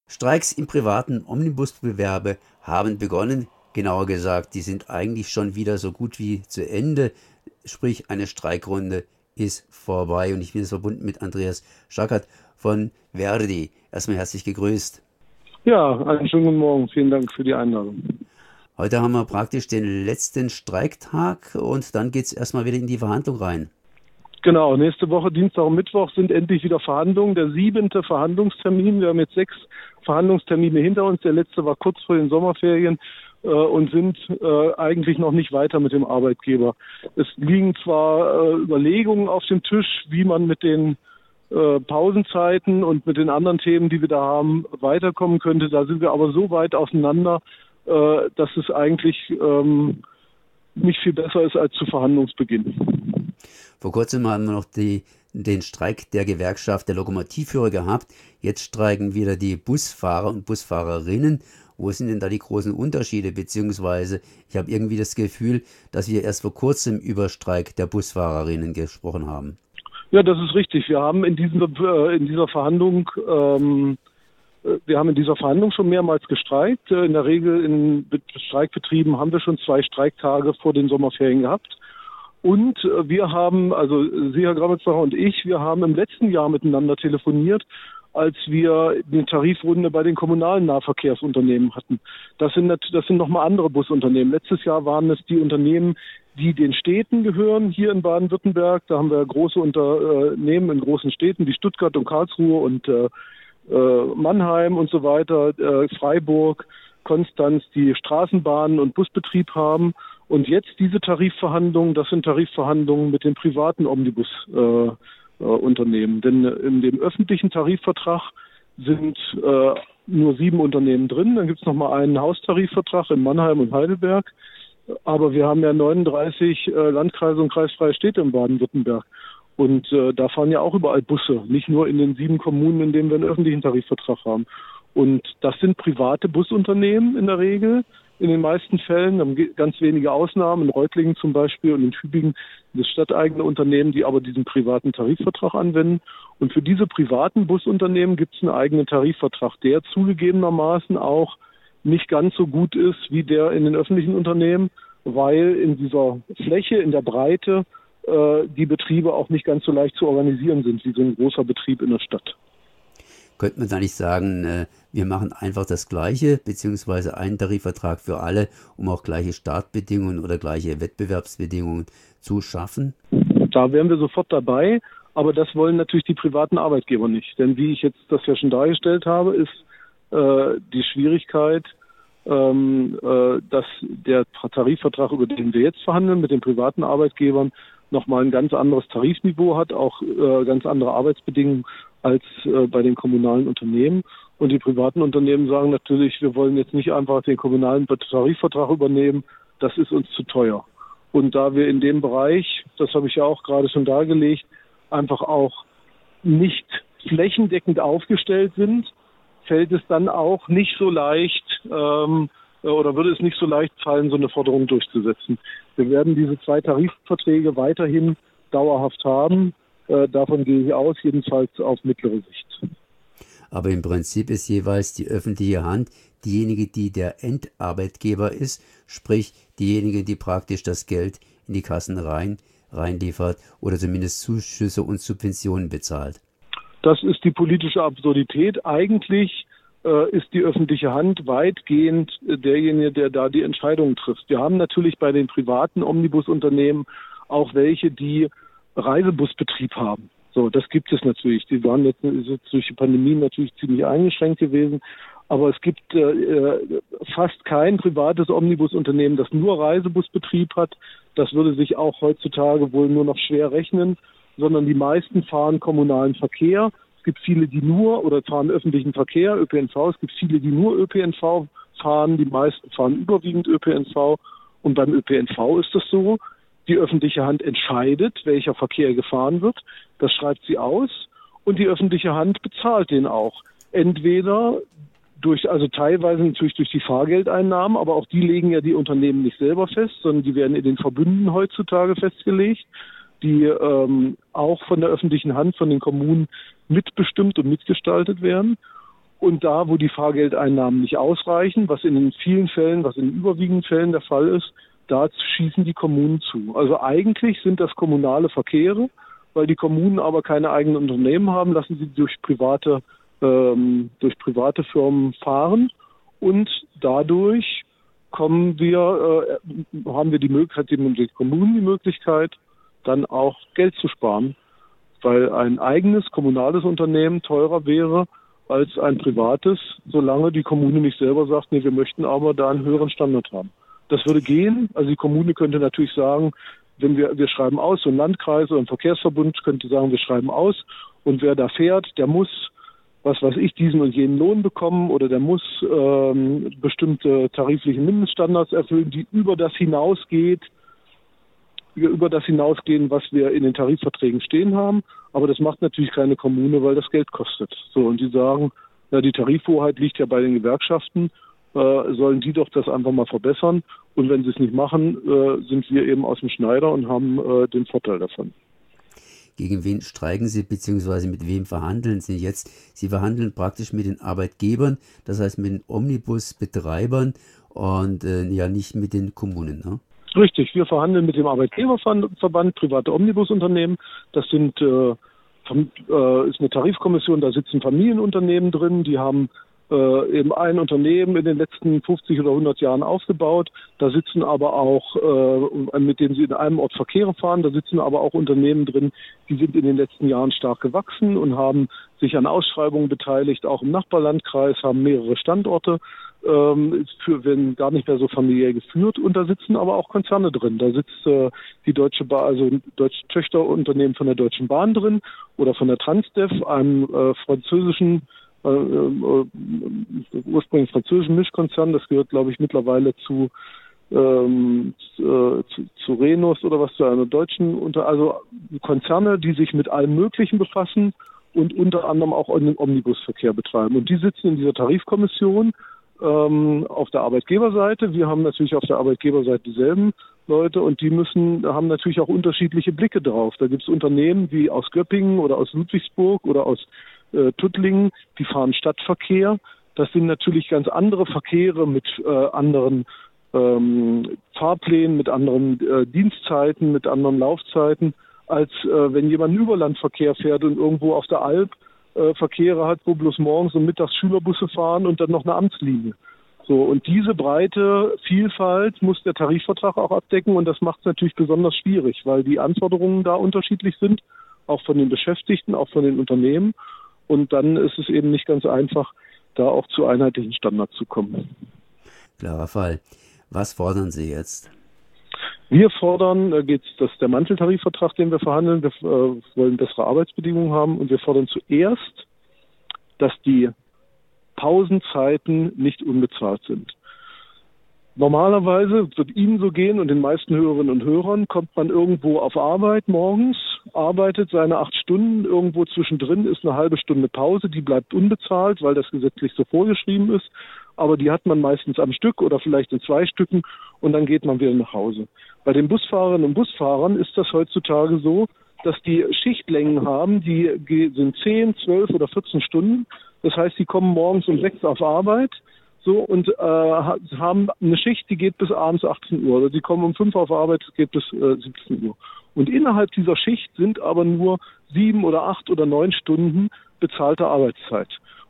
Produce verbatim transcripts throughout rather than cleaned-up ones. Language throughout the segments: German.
Streiks im privaten Omnibusgewerbe haben begonnen. Genauer gesagt, die sind eigentlich schon wieder so gut wie zu Ende. Sprich, eine Streikrunde ist vorbei. Und ich bin jetzt verbunden mit Andreas Schackert von Verdi. Erstmal herzlich gegrüßt. Ja, einen schönen guten Morgen. Vielen Dank für die Einladung. Heute haben wir praktisch den letzten Streiktag und dann geht es erstmal wieder in die Verhandlung rein. Genau, nächste Woche, Dienstag und Mittwoch, sind endlich wieder Verhandlungen. Der siebente Verhandlungstermin. Wir haben jetzt sechs Verhandlungstermine hinter uns. Der letzte war kurz vor den Sommerferien äh, und sind äh, eigentlich noch nicht weiter mit dem Arbeitgeber. Es liegen zwar äh, Überlegungen auf dem Tisch, wie man mit den äh, Pausenzeiten und mit den anderen Themen, die wir da haben, weiterkommen könnte. Da sind wir aber so weit auseinander, äh, dass es eigentlich ähm, nicht viel besser ist als zu Verhandlungsbeginn. Vor kurzem haben wir noch die, den Streik der Gewerkschaft der Lokomotivführer gehabt. Jetzt streiken wieder die Busfahrer und Busfahrerinnen. Wo sind denn da die großen Unterschiede? Beziehungsweise ich habe irgendwie das Gefühl, dass wir erst vor kurzem über Streik der Busfahrerinnen gesprochen haben. Ja, das ist richtig. Wir haben in, diesem, äh, in dieser Verhandlung ähm, wir haben in dieser Verhandlung schon mehrmals gestreikt. In der Regel in Streikbetrieben haben wir schon zwei Streiktage vor den Sommerferien gehabt. Und wir haben, also Sie, Herr Grabitzacher und ich, wir haben im letzten Jahr miteinander telefoniert, als wir eine Tarifrunde bei den kommunalen Nahverkehrsunternehmen hatten. Das sind, das sind nochmal andere Busunternehmen. Letztes Jahr waren es die Unternehmen, die den Städten gehören, hier in Baden-Württemberg. Da haben wir große Unternehmen in großen Städten wie Stuttgart und Karlsruhe und äh, Mannheim und so weiter, äh, Freiburg, Konstanz, die Straßenbahnen und Busbetrieb haben. Und jetzt diese Tarifverhandlungen, das sind Tarifverhandlungen mit den privaten Omnibus-Unternehmen. Äh, äh, Denn in dem öffentlichen Tarifvertrag sind äh, nur sieben Unternehmen drin. Dann gibt es nochmal einen Haustarifvertrag in Mannheim und Heidelberg. Aber wir haben ja neununddreißig äh, Landkreise und kreisfreie Städte in Baden-Württemberg. Und äh, da fahren ja auch überall Busse, nicht nur in den sieben Kommunen, in denen wir einen öffentlichen Tarifvertrag haben. Und das sind private Busunternehmen in der Regel, in den meisten Fällen, haben ganz wenige Ausnahmen, in Reutlingen zum Beispiel und in Tübingen das stadteigene Unternehmen, die aber diesen privaten Tarifvertrag anwenden. Und für diese privaten Busunternehmen gibt es einen eigenen Tarifvertrag, der zugegebenermaßen auch nicht ganz so gut ist wie der in den öffentlichen Unternehmen, weil in dieser Fläche, in der Breite, die Betriebe auch nicht ganz so leicht zu organisieren sind, wie so ein großer Betrieb in der Stadt. Könnte man da nicht sagen, wir machen einfach das Gleiche, beziehungsweise einen Tarifvertrag für alle, um auch gleiche Startbedingungen oder gleiche Wettbewerbsbedingungen zu schaffen? Da wären wir sofort dabei, aber das wollen natürlich die privaten Arbeitgeber nicht. Denn wie ich jetzt das ja schon dargestellt habe, ist äh, die Schwierigkeit, ähm, äh, dass der Tarifvertrag, über den wir jetzt verhandeln, mit den privaten Arbeitgebern, nochmal ein ganz anderes Tarifniveau hat, auch äh, ganz andere Arbeitsbedingungen als äh, bei den kommunalen Unternehmen. Und die privaten Unternehmen sagen natürlich, wir wollen jetzt nicht einfach den kommunalen Tarifvertrag übernehmen, das ist uns zu teuer. Und da wir in dem Bereich, das habe ich ja auch gerade schon dargelegt, einfach auch nicht flächendeckend aufgestellt sind, fällt es dann auch nicht so leicht, ähm, oder würde es nicht so leicht fallen, so eine Forderung durchzusetzen. Wir werden diese zwei Tarifverträge weiterhin dauerhaft haben. Äh, davon gehe ich aus, jedenfalls auf mittlere Sicht. Aber im Prinzip ist jeweils die öffentliche Hand diejenige, die der Endarbeitgeber ist, sprich diejenige, die praktisch das Geld in die Kassen rein, reinliefert oder zumindest Zuschüsse und Subventionen bezahlt. Das ist die politische Absurdität. Eigentlich ist die öffentliche Hand weitgehend derjenige, der da die Entscheidungen trifft. Wir haben natürlich bei den privaten Omnibusunternehmen auch welche, die Reisebusbetrieb haben. So, das gibt es natürlich. Die waren jetzt durch die Pandemie natürlich ziemlich eingeschränkt gewesen. Aber es gibt äh, fast kein privates Omnibusunternehmen, das nur Reisebusbetrieb hat. Das würde sich auch heutzutage wohl nur noch schwer rechnen, sondern die meisten fahren kommunalen Verkehr. Es gibt viele, die nur oder fahren öffentlichen Verkehr, Ö P N V. Es gibt viele, die nur Ö P N V fahren. Die meisten fahren überwiegend Ö P N V. Und beim Ö P N V ist das so, die öffentliche Hand entscheidet, welcher Verkehr gefahren wird. Das schreibt sie aus. Und die öffentliche Hand bezahlt den auch. Entweder durch, also teilweise natürlich durch die Fahrgeldeinnahmen, aber auch die legen ja die Unternehmen nicht selber fest, sondern die werden in den Verbünden heutzutage festgelegt, die ähm, auch von der öffentlichen Hand, von den Kommunen mitbestimmt und mitgestaltet werden. Und da, wo die Fahrgeldeinnahmen nicht ausreichen, was in den vielen Fällen, was in den überwiegenden Fällen der Fall ist, da schießen die Kommunen zu. Also eigentlich sind das kommunale Verkehre, weil die Kommunen aber keine eigenen Unternehmen haben, lassen sie durch private, ähm, durch private Firmen fahren und dadurch kommen wir, äh, haben wir die Möglichkeit, die Kommunen die Möglichkeit, dann auch Geld zu sparen, weil ein eigenes kommunales Unternehmen teurer wäre als ein privates, solange die Kommune nicht selber sagt, nee, wir möchten aber da einen höheren Standard haben. Das würde gehen. Also die Kommune könnte natürlich sagen, wenn wir, wir schreiben aus, so ein Landkreis oder ein Verkehrsverbund könnte sagen, wir schreiben aus und wer da fährt, der muss, was weiß ich, diesen und jenen Lohn bekommen oder der muss ähm, bestimmte tarifliche Mindeststandards erfüllen, die über das hinausgeht, über das hinausgehen, was wir in den Tarifverträgen stehen haben. Aber das macht natürlich keine Kommune, weil das Geld kostet. So, und die sagen, ja, die Tarifhoheit liegt ja bei den Gewerkschaften, äh, sollen die doch das einfach mal verbessern. Und wenn sie es nicht machen, äh, sind wir eben aus dem Schneider und haben äh, den Vorteil davon. Gegen wen streiken Sie, beziehungsweise mit wem verhandeln Sie jetzt? Sie verhandeln praktisch mit den Arbeitgebern, das heißt mit den Omnibusbetreibern und äh, ja nicht mit den Kommunen, ne? Richtig, wir verhandeln mit dem Arbeitgeberverband, private Omnibusunternehmen. Das sind äh, äh, ist eine Tarifkommission, da sitzen Familienunternehmen drin, die haben äh, eben ein Unternehmen in den letzten fünfzig oder hundert Jahren aufgebaut. Da sitzen aber auch, äh, mit denen sie in einem Ort Verkehre fahren, da sitzen aber auch Unternehmen drin, die sind in den letzten Jahren stark gewachsen und haben sich an Ausschreibungen beteiligt, auch im Nachbarlandkreis, haben mehrere Standorte. Für, wenn gar nicht mehr so familiär geführt, und da sitzen aber auch Konzerne drin. Da sitzt äh, die Deutsche Bahn, also deutsche Töchterunternehmen von der Deutschen Bahn drin oder von der Transdev, einem äh, französischen, äh, äh, ursprünglich französischen Mischkonzern. Das gehört, glaube ich, mittlerweile zu, ähm, zu, zu Renus oder was, zu einer deutschen, unter, also Konzerne, die sich mit allem Möglichen befassen und unter anderem auch den Omnibusverkehr betreiben. Und die sitzen in dieser Tarifkommission auf der Arbeitgeberseite. Wir haben natürlich auf der Arbeitgeberseite dieselben Leute und die müssen, haben natürlich auch unterschiedliche Blicke drauf. Da gibt es Unternehmen wie aus Göppingen oder aus Ludwigsburg oder aus äh, Tuttlingen, die fahren Stadtverkehr. Das sind natürlich ganz andere Verkehre mit äh, anderen ähm, Fahrplänen, mit anderen äh, Dienstzeiten, mit anderen Laufzeiten, als äh, wenn jemand einen Überlandverkehr fährt und irgendwo auf der Alp Verkehre hat, wo bloß morgens und mittags Schülerbusse fahren und dann noch eine Amtslinie. So, und diese breite Vielfalt muss der Tarifvertrag auch abdecken und das macht es natürlich besonders schwierig, weil die Anforderungen da unterschiedlich sind, auch von den Beschäftigten, auch von den Unternehmen. Und dann ist es eben nicht ganz einfach, da auch zu einheitlichen Standards zu kommen. Klarer Fall. Was fordern Sie jetzt? Wir fordern, da geht es, das ist der Manteltarifvertrag, den wir verhandeln, wir äh, wollen bessere Arbeitsbedingungen haben und wir fordern zuerst, dass die Pausenzeiten nicht unbezahlt sind. Normalerweise wird Ihnen so gehen und den meisten Hörerinnen und Hörern, kommt man irgendwo auf Arbeit morgens, arbeitet seine acht Stunden, irgendwo zwischendrin ist eine halbe Stunde Pause, die bleibt unbezahlt, weil das gesetzlich so vorgeschrieben ist, aber die hat man meistens am Stück oder vielleicht in zwei Stücken und dann geht man wieder nach Hause. Bei den Busfahrerinnen und Busfahrern ist das heutzutage so, dass die Schichtlängen haben, die sind zehn, zwölf oder vierzehn Stunden. Das heißt, die kommen morgens um sechs auf Arbeit so und äh, haben eine Schicht, die geht bis abends achtzehn Uhr. Oder die kommen um fünf auf Arbeit, es geht bis äh, siebzehn Uhr. Und innerhalb dieser Schicht sind aber nur sieben oder acht oder neun Stunden bezahlte Arbeitszeit.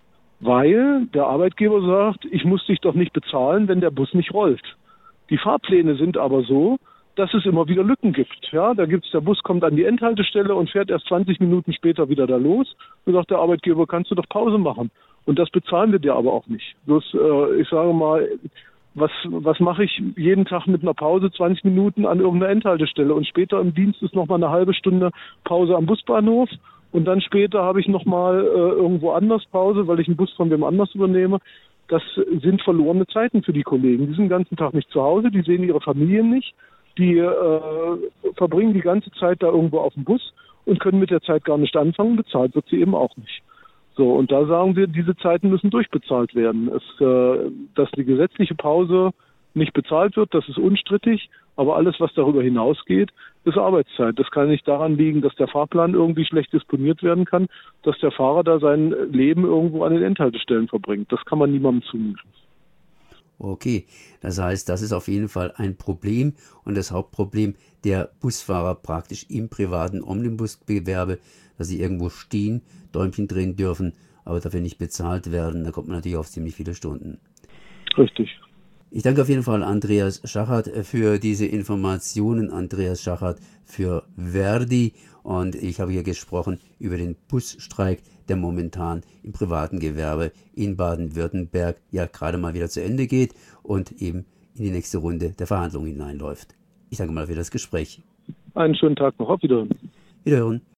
Weil der Arbeitgeber sagt, ich muss dich doch nicht bezahlen, wenn der Bus nicht rollt. Die Fahrpläne sind aber so, dass es immer wieder Lücken gibt. Ja, da gibt's, der Bus kommt an die Endhaltestelle und fährt erst zwanzig Minuten später wieder da los. Und sagt der Arbeitgeber, kannst du doch Pause machen. Und das bezahlen wir dir aber auch nicht. Bloß, äh, ich sage mal, was, was mache ich jeden Tag mit einer Pause, zwanzig Minuten an irgendeiner Endhaltestelle und später im Dienst ist nochmal eine halbe Stunde Pause am Busbahnhof und dann später habe ich nochmal äh, irgendwo anders Pause, weil ich einen Bus von wem anders übernehme. Das sind verlorene Zeiten für die Kollegen. Die sind den ganzen Tag nicht zu Hause, die sehen ihre Familien nicht. Die äh, verbringen die ganze Zeit da irgendwo auf dem Bus und können mit der Zeit gar nicht anfangen. Bezahlt wird sie eben auch nicht. So, und da sagen wir, diese Zeiten müssen durchbezahlt werden. Es, äh, dass die gesetzliche Pause nicht bezahlt wird, das ist unstrittig. Aber alles, was darüber hinausgeht, ist Arbeitszeit. Das kann nicht daran liegen, dass der Fahrplan irgendwie schlecht disponiert werden kann, dass der Fahrer da sein Leben irgendwo an den Endhaltestellen verbringt. Das kann man niemandem zumuten. Okay, das heißt, das ist auf jeden Fall ein Problem und das Hauptproblem der Busfahrer praktisch im privaten Omnibusgewerbe, dass sie irgendwo stehen, Däumchen drehen dürfen, aber dafür nicht bezahlt werden. Da kommt man natürlich auf ziemlich viele Stunden. Richtig. Ich danke auf jeden Fall Andreas Schachert für diese Informationen, Andreas Schachert für Verdi, und ich habe hier gesprochen über den Busstreik, der momentan im privaten Gewerbe in Baden-Württemberg ja gerade mal wieder zu Ende geht und eben in die nächste Runde der Verhandlungen hineinläuft. Ich danke mal für das Gespräch. Einen schönen Tag noch. Auf Wiedersehen. Wiederhören.